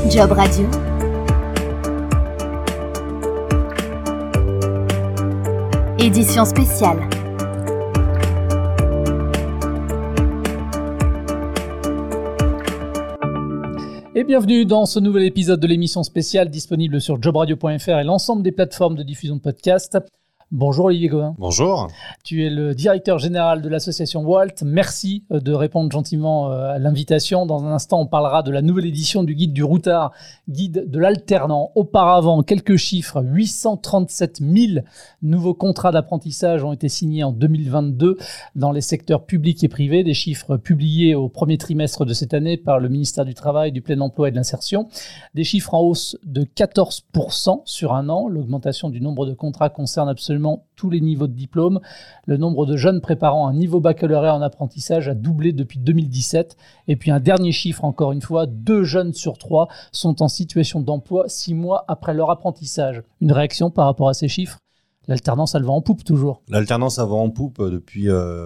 Job Radio. Édition spéciale. Et bienvenue dans ce nouvel épisode de l'émission spéciale disponible sur jobradio.fr et l'ensemble des plateformes de diffusion de podcasts. Bonjour Olivier Gauvin. Bonjour. Tu es le directeur général de l'association Walt. Merci de répondre gentiment à l'invitation. Dans un instant, on parlera de la nouvelle édition du guide du routard, guide de l'alternant. Auparavant, quelques chiffres. 837 000 nouveaux contrats d'apprentissage ont été signés en 2022 dans les secteurs publics et privés. Des chiffres publiés au premier trimestre de cette année par le ministère du Travail, du Plein Emploi et de l'Insertion. Des chiffres en hausse de 14% sur un an. L'augmentation du nombre de contrats concerne absolument tous les niveaux de diplôme. Le nombre de jeunes préparant un niveau baccalauréat en apprentissage a doublé depuis 2017. Et puis un dernier chiffre, encore une fois, 2 jeunes sur 3 sont en situation d'emploi 6 mois après leur apprentissage. Une réaction par rapport à ces chiffres ? L'alternance, elle va en poupe toujours. L'alternance, elle va en poupe depuis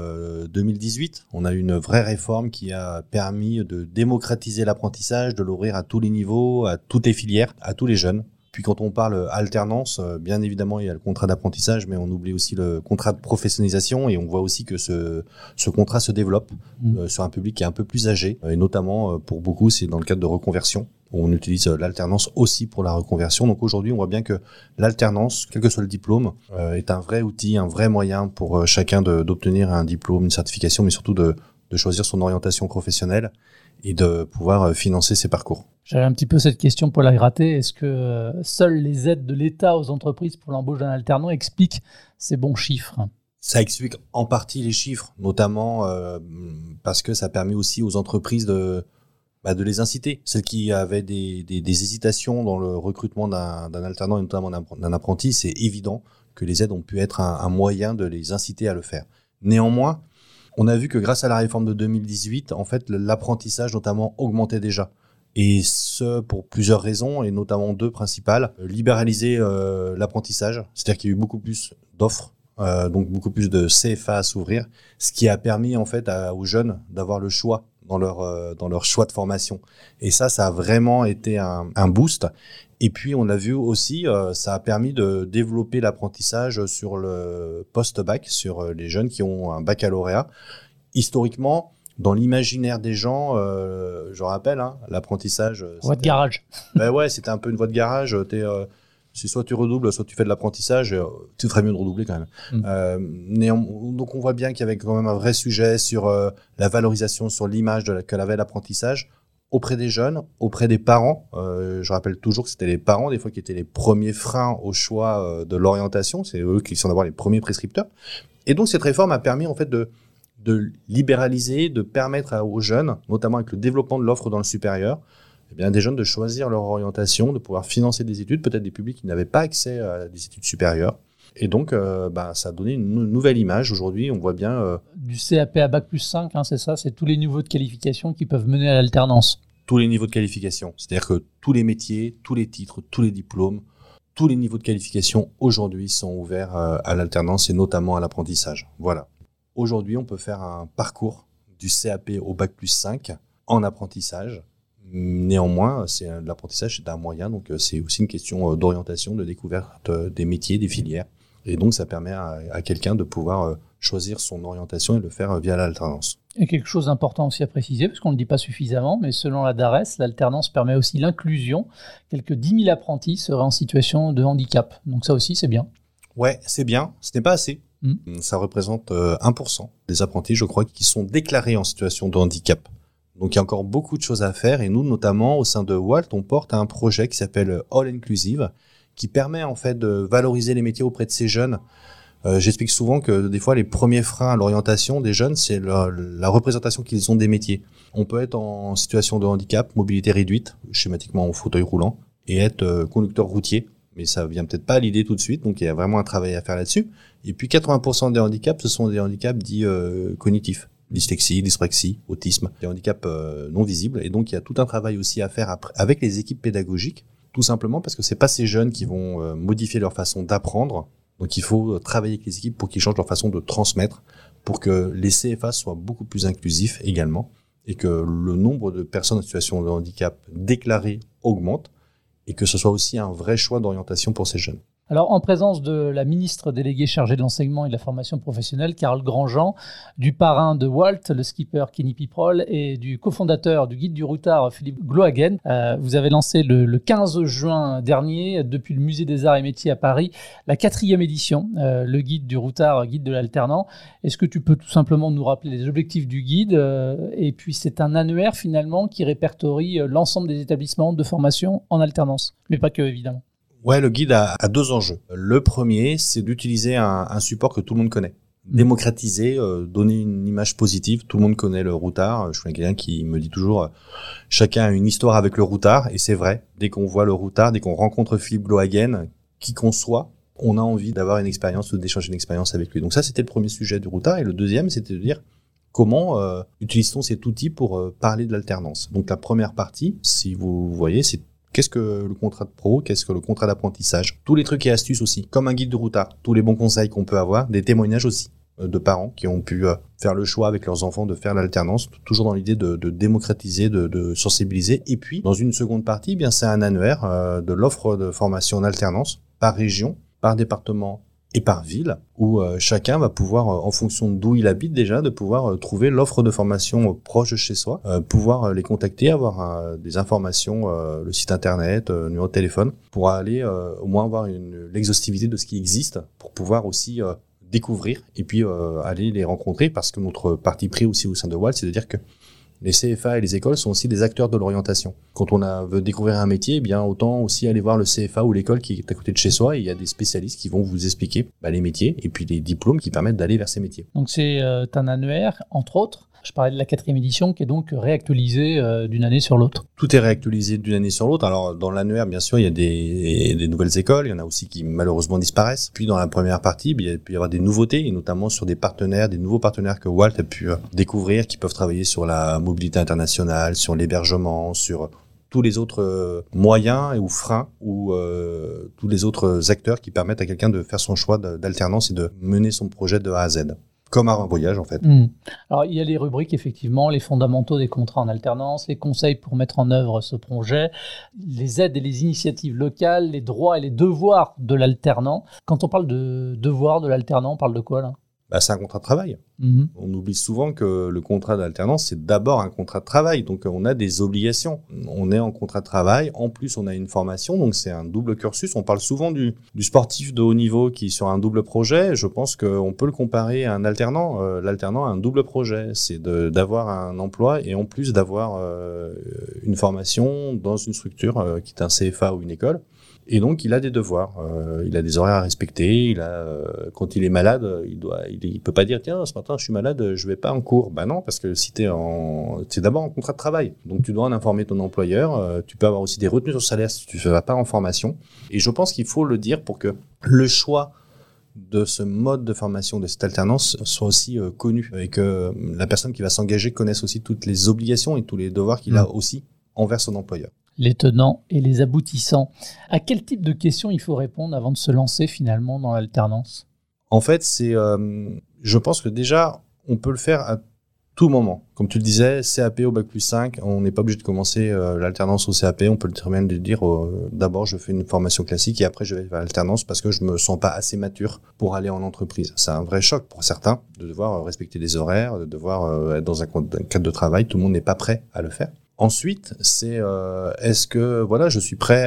2018. On a eu une vraie réforme qui a permis de démocratiser l'apprentissage, de l'ouvrir à tous les niveaux, à toutes les filières, à tous les jeunes. Puis quand on parle alternance, bien évidemment, il y a le contrat d'apprentissage, mais on oublie aussi le contrat de professionnalisation et on voit aussi que ce contrat se développe sur un public qui est un peu plus âgé. Et notamment, pour beaucoup, c'est dans le cadre de reconversion. On utilise l'alternance aussi pour la reconversion. Donc aujourd'hui, on voit bien que l'alternance, quel que soit le diplôme, est un vrai outil, un vrai moyen pour chacun d'obtenir un diplôme, une certification, mais surtout de choisir son orientation professionnelle et de pouvoir financer ses parcours. J'avais un petit peu cette question pour la gratter. Est-ce que seules les aides de l'État aux entreprises pour l'embauche d'un alternant expliquent ces bons chiffres ? Ça explique en partie les chiffres, notamment parce que ça permet aussi aux entreprises de les inciter. Celles qui avaient des hésitations dans le recrutement d'un alternant et notamment d'un apprenti, c'est évident que les aides ont pu être un moyen de les inciter à le faire. Néanmoins, on a vu que grâce à la réforme de 2018, en fait, l'apprentissage notamment augmentait déjà. Et ce, pour plusieurs raisons, et notamment 2 principales. Libéraliser l'apprentissage, c'est-à-dire qu'il y a eu beaucoup plus d'offres, donc beaucoup plus de CFA à s'ouvrir, ce qui a permis en fait aux jeunes d'avoir le choix dans leur choix de formation. Et ça a vraiment été un boost. Et puis, on l'a vu aussi, ça a permis de développer l'apprentissage sur le post-bac, sur les jeunes qui ont un baccalauréat. Historiquement, dans l'imaginaire des gens, je rappelle, l'apprentissage... Voie de garage. Ouais, c'était un peu une voie de garage. C'est soit tu redoubles, soit tu fais de l'apprentissage. C'est très mieux de redoubler quand même. Donc, on voit bien qu'il y avait quand même un vrai sujet sur la valorisation, sur l'image que l'avait l'apprentissage auprès des jeunes, auprès des parents. Je rappelle toujours que c'était les parents, des fois, qui étaient les premiers freins au choix de l'orientation. C'est eux qui sont d'abord les premiers prescripteurs. Et donc, cette réforme a permis, en fait, de libéraliser, de permettre aux jeunes, notamment avec le développement de l'offre dans le supérieur, eh bien, des jeunes de choisir leur orientation, de pouvoir financer des études, peut-être des publics qui n'avaient pas accès à des études supérieures. Et donc, ça a donné une nouvelle image. Aujourd'hui, on voit bien... Du CAP à Bac plus 5, c'est ça, c'est tous les niveaux de qualification qui peuvent mener à l'alternance. Tous les niveaux de qualification. C'est-à-dire que tous les métiers, tous les titres, tous les diplômes, tous les niveaux de qualification aujourd'hui sont ouverts à l'alternance et notamment à l'apprentissage. Voilà. Aujourd'hui, on peut faire un parcours du CAP au Bac plus 5 en apprentissage. Néanmoins, l'apprentissage, c'est un moyen, donc c'est aussi une question d'orientation, de découverte des métiers, des filières. Et donc, ça permet à quelqu'un de pouvoir choisir son orientation et le faire via l'alternance. Et quelque chose d'important aussi à préciser, parce qu'on ne le dit pas suffisamment, mais selon la DARES, l'alternance permet aussi l'inclusion. Quelques 10 000 apprentis seraient en situation de handicap. Donc ça aussi, c'est bien. Ouais, c'est bien. Ce n'est pas assez. Ça représente 1% des apprentis, je crois, qui sont déclarés en situation de handicap. Donc, il y a encore beaucoup de choses à faire. Et nous, notamment, au sein de Walt, on porte un projet qui s'appelle All Inclusive, qui permet en fait de valoriser les métiers auprès de ces jeunes. J'explique souvent que des fois, les premiers freins à l'orientation des jeunes, c'est la représentation qu'ils ont des métiers. On peut être en situation de handicap, mobilité réduite, schématiquement en fauteuil roulant, et être conducteur routier. Mais ça vient peut-être pas à l'idée tout de suite, donc il y a vraiment un travail à faire là-dessus. Et puis 80% des handicaps, ce sont des handicaps dits cognitifs. Dyslexie, dyspraxie, autisme, des handicaps non visibles. Et donc il y a tout un travail aussi à faire avec les équipes pédagogiques, tout simplement parce que c'est pas ces jeunes qui vont modifier leur façon d'apprendre. Donc il faut travailler avec les équipes pour qu'ils changent leur façon de transmettre, pour que les CFA soient beaucoup plus inclusifs également. et que le nombre de personnes en situation de handicap déclarées augmente et que ce soit aussi un vrai choix d'orientation pour ces jeunes. Alors, en présence de la ministre déléguée chargée de l'enseignement et de la formation professionnelle, Carole Grandjean, du parrain de Walt, le skipper Kenny Piprol, et du cofondateur du Guide du Routard, Philippe Glohagen, vous avez lancé le 15 juin dernier, depuis le Musée des Arts et Métiers à Paris, la 4e édition, le Guide du Routard, Guide de l'alternant. Est-ce que tu peux tout simplement nous rappeler les objectifs du guide et puis, c'est un annuaire, finalement, qui répertorie l'ensemble des établissements de formation en alternance, mais pas que, évidemment. Ouais, le guide a 2 enjeux. Le premier, c'est d'utiliser un support que tout le monde connaît. Démocratiser, donner une image positive. Tout le monde connaît le routard. Je connais quelqu'un qui me dit toujours chacun a une histoire avec le routard, et c'est vrai. Dès qu'on voit le routard, dès qu'on rencontre Philippe Glohagen, qui qu'on soit, on a envie d'avoir une expérience ou d'échanger une expérience avec lui. Donc ça, c'était le premier sujet du routard. Et le deuxième, c'était de dire comment utilise-t-on cet outil pour parler de l'alternance. Donc la première partie, si vous voyez, c'est qu'est-ce que le contrat de pro, qu'est-ce que le contrat d'apprentissage, tous les trucs et astuces aussi, comme un guide de routard, tous les bons conseils qu'on peut avoir, des témoignages aussi de parents qui ont pu faire le choix avec leurs enfants de faire l'alternance, toujours dans l'idée de démocratiser, de sensibiliser. Et puis, dans une seconde partie, bien c'est un annuaire de l'offre de formation en alternance par région, par département et par ville, où chacun va pouvoir, en fonction d'où il habite déjà, de pouvoir trouver l'offre de formation proche de chez soi, pouvoir les contacter, avoir des informations, le site internet, numéro de téléphone, pour aller au moins avoir l'exhaustivité de ce qui existe, pour pouvoir aussi découvrir et puis aller les rencontrer, parce que notre parti pris aussi au sein de Walt, c'est de dire que les CFA et les écoles sont aussi des acteurs de l'orientation. Quand on veut découvrir un métier, eh bien autant aussi aller voir le CFA ou l'école qui est à côté de chez soi, et il y a des spécialistes qui vont vous expliquer les métiers et puis les diplômes qui permettent d'aller vers ces métiers. Donc c'est un annuaire, entre autres. Je parlais de la 4e édition qui est donc réactualisée d'une année sur l'autre. Tout est réactualisé d'une année sur l'autre. Alors dans l'annuaire, bien sûr, il y a des nouvelles écoles, il y en a aussi qui malheureusement disparaissent. Puis dans la première partie, il peut y avoir des nouveautés, et notamment sur des partenaires, des nouveaux partenaires que Walt a pu découvrir, qui peuvent travailler sur la mobilité internationale, sur l'hébergement, sur tous les autres moyens ou freins, ou tous les autres acteurs qui permettent à quelqu'un de faire son choix d'alternance et de mener son projet de A à Z. Comme un voyage, en fait. Alors, il y a les rubriques, effectivement, les fondamentaux des contrats en alternance, les conseils pour mettre en œuvre ce projet, les aides et les initiatives locales, les droits et les devoirs de l'alternant. Quand on parle de devoirs de l'alternant, on parle de quoi, là ? C'est un contrat de travail. On oublie souvent que le contrat d'alternance, c'est d'abord un contrat de travail. Donc, on a des obligations. On est en contrat de travail. En plus, on a une formation. Donc, c'est un double cursus. On parle souvent du sportif de haut niveau qui est sur un double projet. Je pense qu'on peut le comparer à un alternant. L'alternant a un double projet. C'est d'avoir un emploi et en plus d'avoir une formation dans une structure qui est un CFA ou une école. Et donc, il a des devoirs, il a des horaires à respecter, quand il est malade, il peut pas dire, tiens, ce matin, je suis malade, je vais pas en cours. Non, parce que si c'est d'abord un contrat de travail. Donc, tu dois en informer ton employeur, tu peux avoir aussi des retenues sur salaire si tu ne vas pas en formation. Et je pense qu'il faut le dire pour que le choix de ce mode de formation, de cette alternance, soit aussi connu, et que la personne qui va s'engager connaisse aussi toutes les obligations et tous les devoirs qu'il a aussi envers son employeur. Les tenants et les aboutissants. À quel type de questions il faut répondre avant de se lancer finalement dans l'alternance ? En fait, je pense que déjà, on peut le faire à tout moment. Comme tu le disais, CAP au Bac plus 5, on n'est pas obligé de commencer l'alternance au CAP. On peut très bien dire, d'abord je fais une formation classique et après je vais faire l'alternance parce que je me sens pas assez mature pour aller en entreprise. C'est un vrai choc pour certains de devoir respecter les horaires, de devoir être dans un cadre de travail. Tout le monde n'est pas prêt à le faire. Ensuite, c'est est-ce que je suis prêt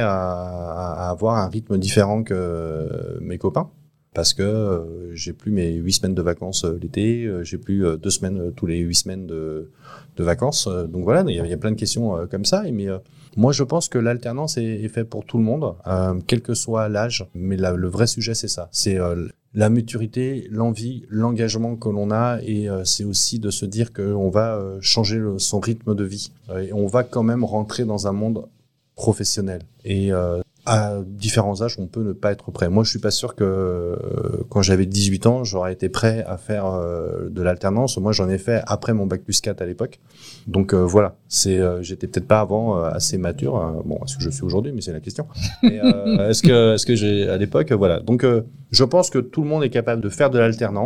à avoir un rythme différent que mes copains, parce que j'ai plus mes 8 semaines de vacances l'été, j'ai plus 2 semaines tous les 8 semaines de vacances. Donc voilà, il y a plein de questions comme ça. Mais moi, je pense que l'alternance est fait pour tout le monde, quel que soit l'âge. Mais le vrai sujet, c'est ça. C'est la maturité, l'envie, l'engagement que l'on a, et c'est aussi de se dire qu'on va changer son rythme de vie. Et on va quand même rentrer dans un monde professionnel. Et à différents âges, on peut ne pas être prêt. Moi, je suis pas sûr que quand j'avais 18 ans, j'aurais été prêt à faire de l'alternance. Moi, j'en ai fait après mon Bac plus 4 à l'époque. Donc voilà, j'étais peut-être pas avant assez mature. Est-ce que je suis aujourd'hui, mais c'est la question. Mais, est-ce que j'ai à l'époque, voilà. Donc je pense que tout le monde est capable de faire de l'alternance.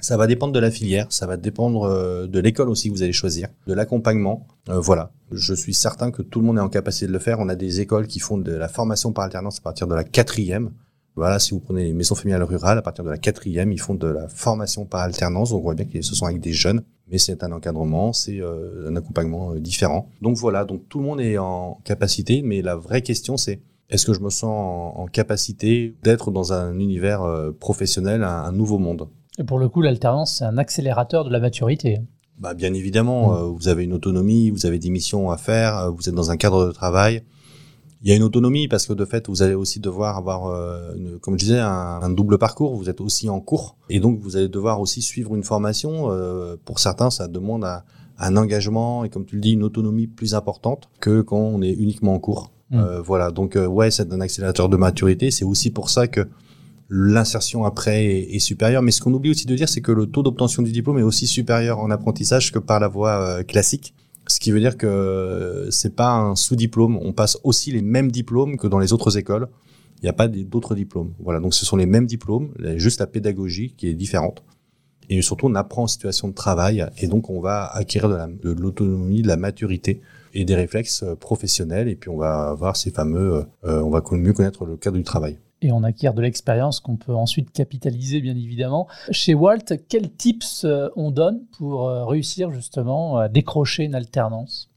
Ça va dépendre de la filière, ça va dépendre de l'école aussi que vous allez choisir, de l'accompagnement. Voilà, je suis certain que tout le monde est en capacité de le faire. On a des écoles qui font de la formation par alternance à partir de la 4e. Voilà, si vous prenez les maisons familiales rurales, à partir de la 4e, ils font de la formation par alternance. Donc on voit bien que ce sont avec des jeunes, mais c'est un encadrement, c'est un accompagnement différent. Donc voilà, donc tout le monde est en capacité, mais la vraie question c'est est-ce que je me sens en capacité d'être dans un univers professionnel, un nouveau monde? Et pour le coup, l'alternance, c'est un accélérateur de la maturité. Bah, bien évidemment, vous avez une autonomie, vous avez des missions à faire, vous êtes dans un cadre de travail. Il y a une autonomie parce que de fait, vous allez aussi devoir avoir, comme je disais, un double parcours. Vous êtes aussi en cours et donc vous allez devoir aussi suivre une formation. Pour certains, ça demande un engagement et comme tu le dis, une autonomie plus importante que quand on est uniquement en cours. Voilà, donc ouais, c'est un accélérateur de maturité. C'est aussi pour ça que l'insertion après est supérieure. Mais ce qu'on oublie aussi de dire, c'est que le taux d'obtention du diplôme est aussi supérieur en apprentissage que par la voie classique. Ce qui veut dire que c'est pas un sous-diplôme. On passe aussi les mêmes diplômes que dans les autres écoles. Il n'y a pas d'autres diplômes. Voilà, donc ce sont les mêmes diplômes, juste la pédagogie qui est différente. Et surtout, on apprend en situation de travail et donc on va acquérir de l'autonomie, de la maturité et des réflexes professionnels. Et puis on va avoir ces fameux, on va mieux connaître le cadre du travail. Et on acquiert de l'expérience qu'on peut ensuite capitaliser, bien évidemment. Chez Walt, quels tips on donne pour réussir justement à décrocher une alternance?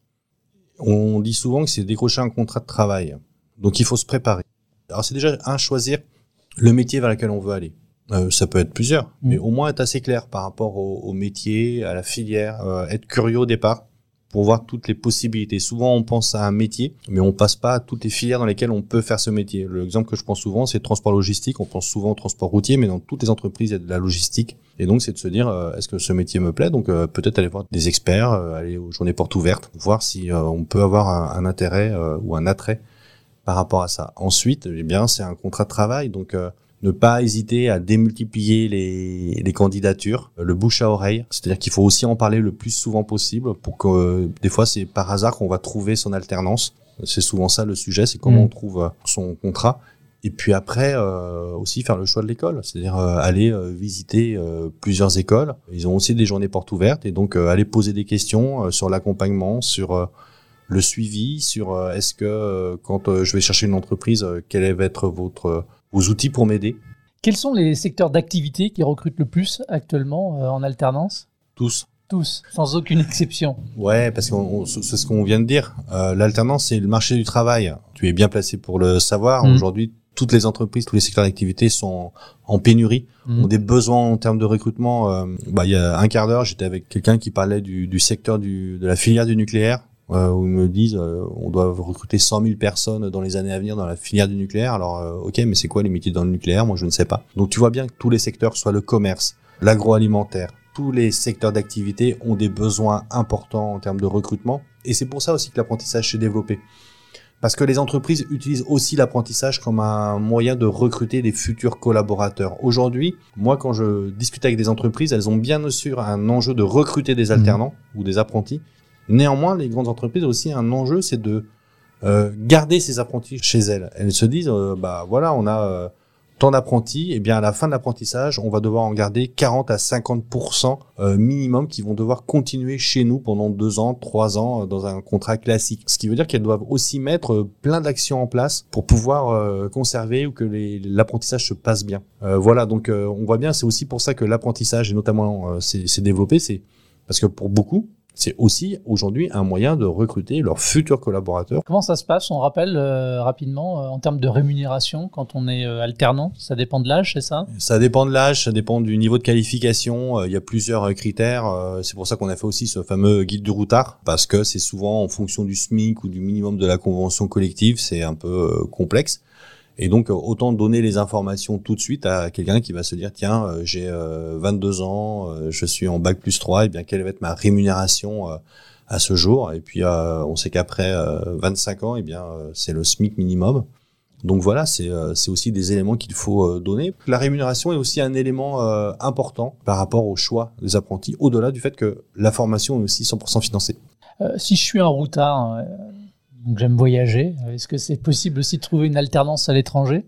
On dit souvent que c'est décrocher un contrat de travail. Donc il faut se préparer. Alors c'est déjà choisir le métier vers lequel on veut aller. Ça peut être plusieurs, mais au moins être assez clair par rapport au métier, à la filière, être curieux au départ pour voir toutes les possibilités. Souvent, on pense à un métier, mais on passe pas à toutes les filières dans lesquelles on peut faire ce métier. L'exemple que je prends souvent, c'est le transport logistique. On pense souvent au transport routier, mais dans toutes les entreprises, il y a de la logistique. Et donc, c'est de se dire, est-ce que ce métier me plaît? Donc, peut-être aller voir des experts, aller aux journées portes ouvertes, voir si on peut avoir un intérêt ou un attrait par rapport à ça. Ensuite, eh bien, c'est un contrat de travail. Donc, ne pas hésiter à démultiplier les candidatures, le bouche à oreille. C'est-à-dire qu'il faut aussi en parler le plus souvent possible pour que des fois c'est par hasard qu'on va trouver son alternance. C'est souvent ça le sujet, c'est comment on trouve son contrat. Et puis après aussi faire le choix de l'école, c'est-à-dire aller visiter plusieurs écoles. Ils ont aussi des journées portes ouvertes et donc aller poser des questions sur l'accompagnement, sur le suivi, sur est-ce que quand je vais chercher une entreprise, quel va être vos outils pour m'aider. Quels sont les secteurs d'activité qui recrutent le plus actuellement en alternance? Tous, sans aucune exception. Ouais, parce que c'est ce qu'on vient de dire. L'alternance, c'est le marché du travail. Tu es bien placé pour le savoir. Aujourd'hui, toutes les entreprises, tous les secteurs d'activité sont en pénurie, ont des besoins en termes de recrutement. Il y a un quart d'heure, j'étais avec quelqu'un qui parlait du secteur de la filière du nucléaire. Où ils me disent on doit recruter 100 000 personnes dans les années à venir dans la filière du nucléaire. Alors ok, mais c'est quoi les métiers dans le nucléaire? Moi je ne sais pas. Donc tu vois bien que tous les secteurs, soit le commerce, l'agroalimentaire, tous les secteurs d'activité ont des besoins importants en termes de recrutement. Et c'est pour ça aussi que l'apprentissage s'est développé. Parce que les entreprises utilisent aussi l'apprentissage comme un moyen de recruter des futurs collaborateurs. Aujourd'hui, moi quand je discute avec des entreprises, elles ont bien sûr un enjeu de recruter des alternants ou des apprentis. Néanmoins, les grandes entreprises ont aussi un enjeu, c'est de garder ces apprentis chez elles. Elles se disent, voilà, on a tant d'apprentis, et bien à la fin de l'apprentissage, on va devoir en garder 40 à 50% minimum qui vont devoir continuer chez nous pendant 2 ans, 3 ans dans un contrat classique. Ce qui veut dire qu'elles doivent aussi mettre plein d'actions en place pour pouvoir conserver ou que l'apprentissage se passe bien. Voilà, donc on voit bien, c'est aussi pour ça que l'apprentissage, et notamment s'est développé, c'est parce que pour beaucoup, c'est aussi aujourd'hui un moyen de recruter leurs futurs collaborateurs. Comment ça se passe? On rappelle rapidement en termes de rémunération quand on est alternant. Ça dépend de l'âge, c'est ça? Ça dépend de l'âge, ça dépend du niveau de qualification. Il y a plusieurs critères. C'est pour ça qu'on a fait aussi ce fameux guide du routard, parce que c'est souvent en fonction du SMIC ou du minimum de la convention collective. C'est un peu complexe. Et donc, autant donner les informations tout de suite à quelqu'un qui va se dire, tiens, j'ai 22 ans, je suis en bac plus 3, et bien quelle va être ma rémunération à ce jour? Et puis, on sait qu'après 25 ans, et bien c'est le SMIC minimum. Donc voilà, c'est aussi des éléments qu'il faut donner. La rémunération est aussi un élément important par rapport au choix des apprentis, au-delà du fait que la formation est aussi 100% financée. Si je suis un routard... Donc j'aime voyager. Est-ce que c'est possible aussi de trouver une alternance à l'étranger?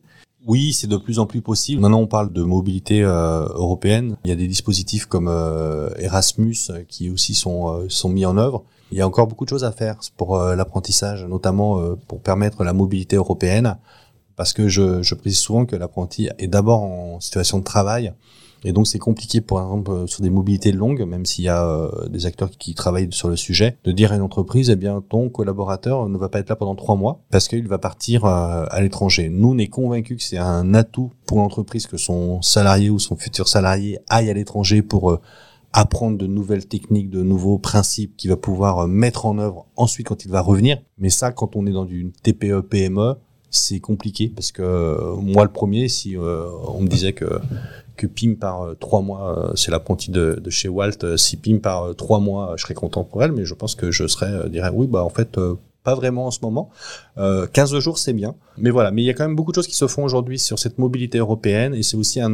Oui, c'est de plus en plus possible. Maintenant, on parle de mobilité européenne. Il y a des dispositifs comme Erasmus qui aussi sont mis en œuvre. Il y a encore beaucoup de choses à faire pour l'apprentissage, notamment pour permettre la mobilité européenne, parce que je précise souvent que l'apprenti est d'abord en situation de travail, et donc c'est compliqué, par exemple, sur des mobilités longues, même s'il y a des acteurs qui travaillent sur le sujet, de dire à une entreprise, eh bien, ton collaborateur ne va pas être là pendant 3 mois, parce qu'il va partir à l'étranger. Nous, on est convaincus que c'est un atout pour l'entreprise que son salarié ou son futur salarié aille à l'étranger pour apprendre de nouvelles techniques, de nouveaux principes qu'il va pouvoir mettre en œuvre ensuite quand il va revenir. Mais ça, quand on est dans une TPE, PME, c'est compliqué parce que moi, le premier, si on me disait que Pim part 3 mois, c'est l'apprenti de chez Walt, si Pim part 3 mois, je serais content pour elle, mais je pense que je dirais oui, en fait, pas vraiment en ce moment. 15 jours, c'est bien. Mais voilà, mais il y a quand même beaucoup de choses qui se font aujourd'hui sur cette mobilité européenne et c'est aussi un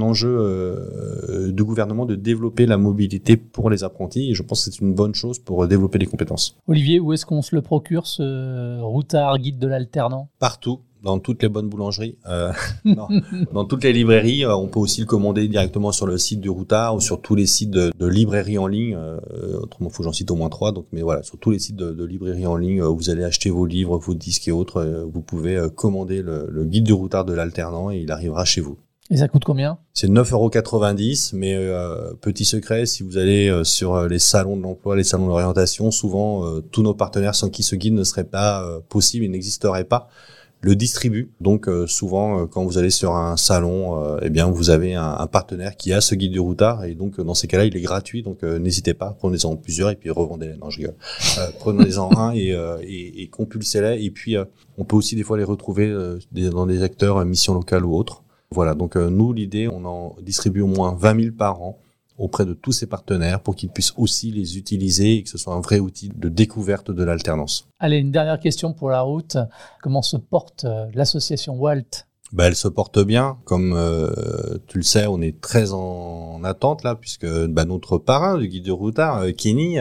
enjeu du gouvernement de développer la mobilité pour les apprentis et je pense que c'est une bonne chose pour développer les compétences. Olivier, où est-ce qu'on se le procure, ce routard guide de l'alternant ? Partout. Dans toutes les bonnes boulangeries, non, dans toutes les librairies, on peut aussi le commander directement sur le site du Routard ou sur tous les sites de librairies en ligne. Autrement, faut que j'en cite au moins 3. Donc, mais voilà, sur tous les sites de librairies en ligne, vous allez acheter vos livres, vos disques et autres. Vous pouvez commander le guide du Routard de l'alternant et il arrivera chez vous. Et ça coûte combien ? C'est 9,90 €, mais petit secret, si vous allez sur les salons de l'emploi, les salons d'orientation, souvent tous nos partenaires sans qui ce guide ne serait pas possible, il n'existerait pas. Le distribue. Donc souvent quand vous allez sur un salon, eh bien vous avez un partenaire qui a ce guide du Routard et donc dans ces cas-là il est gratuit. Donc n'hésitez pas, prenez-en plusieurs et puis revendez-les. Non, je rigole. Prenez-en un et compulsez-les. Et puis on peut aussi des fois les retrouver dans des acteurs mission locale ou autres. Voilà. Donc nous l'idée, on en distribue au moins 20 000 par an auprès de tous ces partenaires pour qu'ils puissent aussi les utiliser et que ce soit un vrai outil de découverte de l'alternance. Allez, une dernière question pour la route. Comment se porte l'association Walt ? Elle se porte bien. Comme tu le sais, on est très en attente là, puisque notre parrain du guide du Routard, Kenny,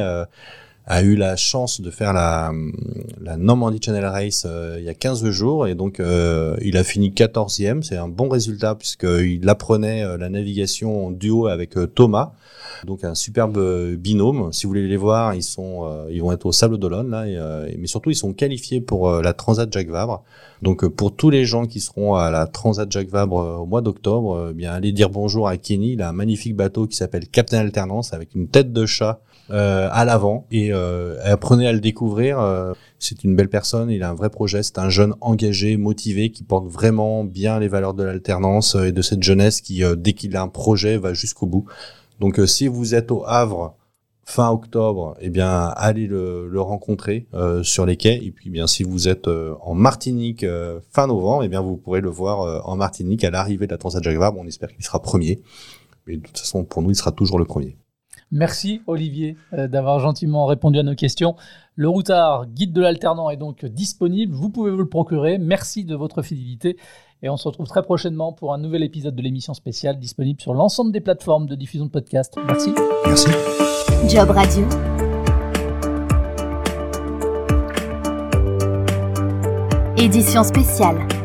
a eu la chance de faire la Normandy Channel Race il y a 15 jours et donc il a fini 14e. C'est un bon résultat puisqu'il apprenait la navigation en duo avec Thomas. Donc un superbe binôme. Si vous voulez les voir, ils vont être au Sable d'Olonne là, mais surtout ils sont qualifiés pour la Transat Jacques Vabre. Donc pour tous les gens qui seront à la Transat Jacques Vabre au mois d'octobre, bien allez dire bonjour à Kenny. Il a un magnifique bateau qui s'appelle Captain Alternance avec une tête de chat à l'avant et apprenez à le découvrir. C'est une belle personne, il a un vrai projet, c'est un jeune engagé, motivé, qui porte vraiment bien les valeurs de l'alternance et de cette jeunesse qui, dès qu'il a un projet, va jusqu'au bout. Donc si vous êtes au Havre fin octobre, eh bien allez le rencontrer sur les quais. Et puis bien si vous êtes en Martinique fin novembre, eh bien vous pourrez le voir en Martinique à l'arrivée de la Transat Jacques Vabre. On espère qu'il sera premier. Mais de toute façon, pour nous, il sera toujours le premier. Merci Olivier d'avoir gentiment répondu à nos questions. Le Routard, guide de l'alternant, est donc disponible. Vous pouvez vous le procurer. Merci de votre fidélité. Et on se retrouve très prochainement pour un nouvel épisode de l'émission spéciale disponible sur l'ensemble des plateformes de diffusion de podcasts. Merci. Merci. Job Radio. Édition spéciale.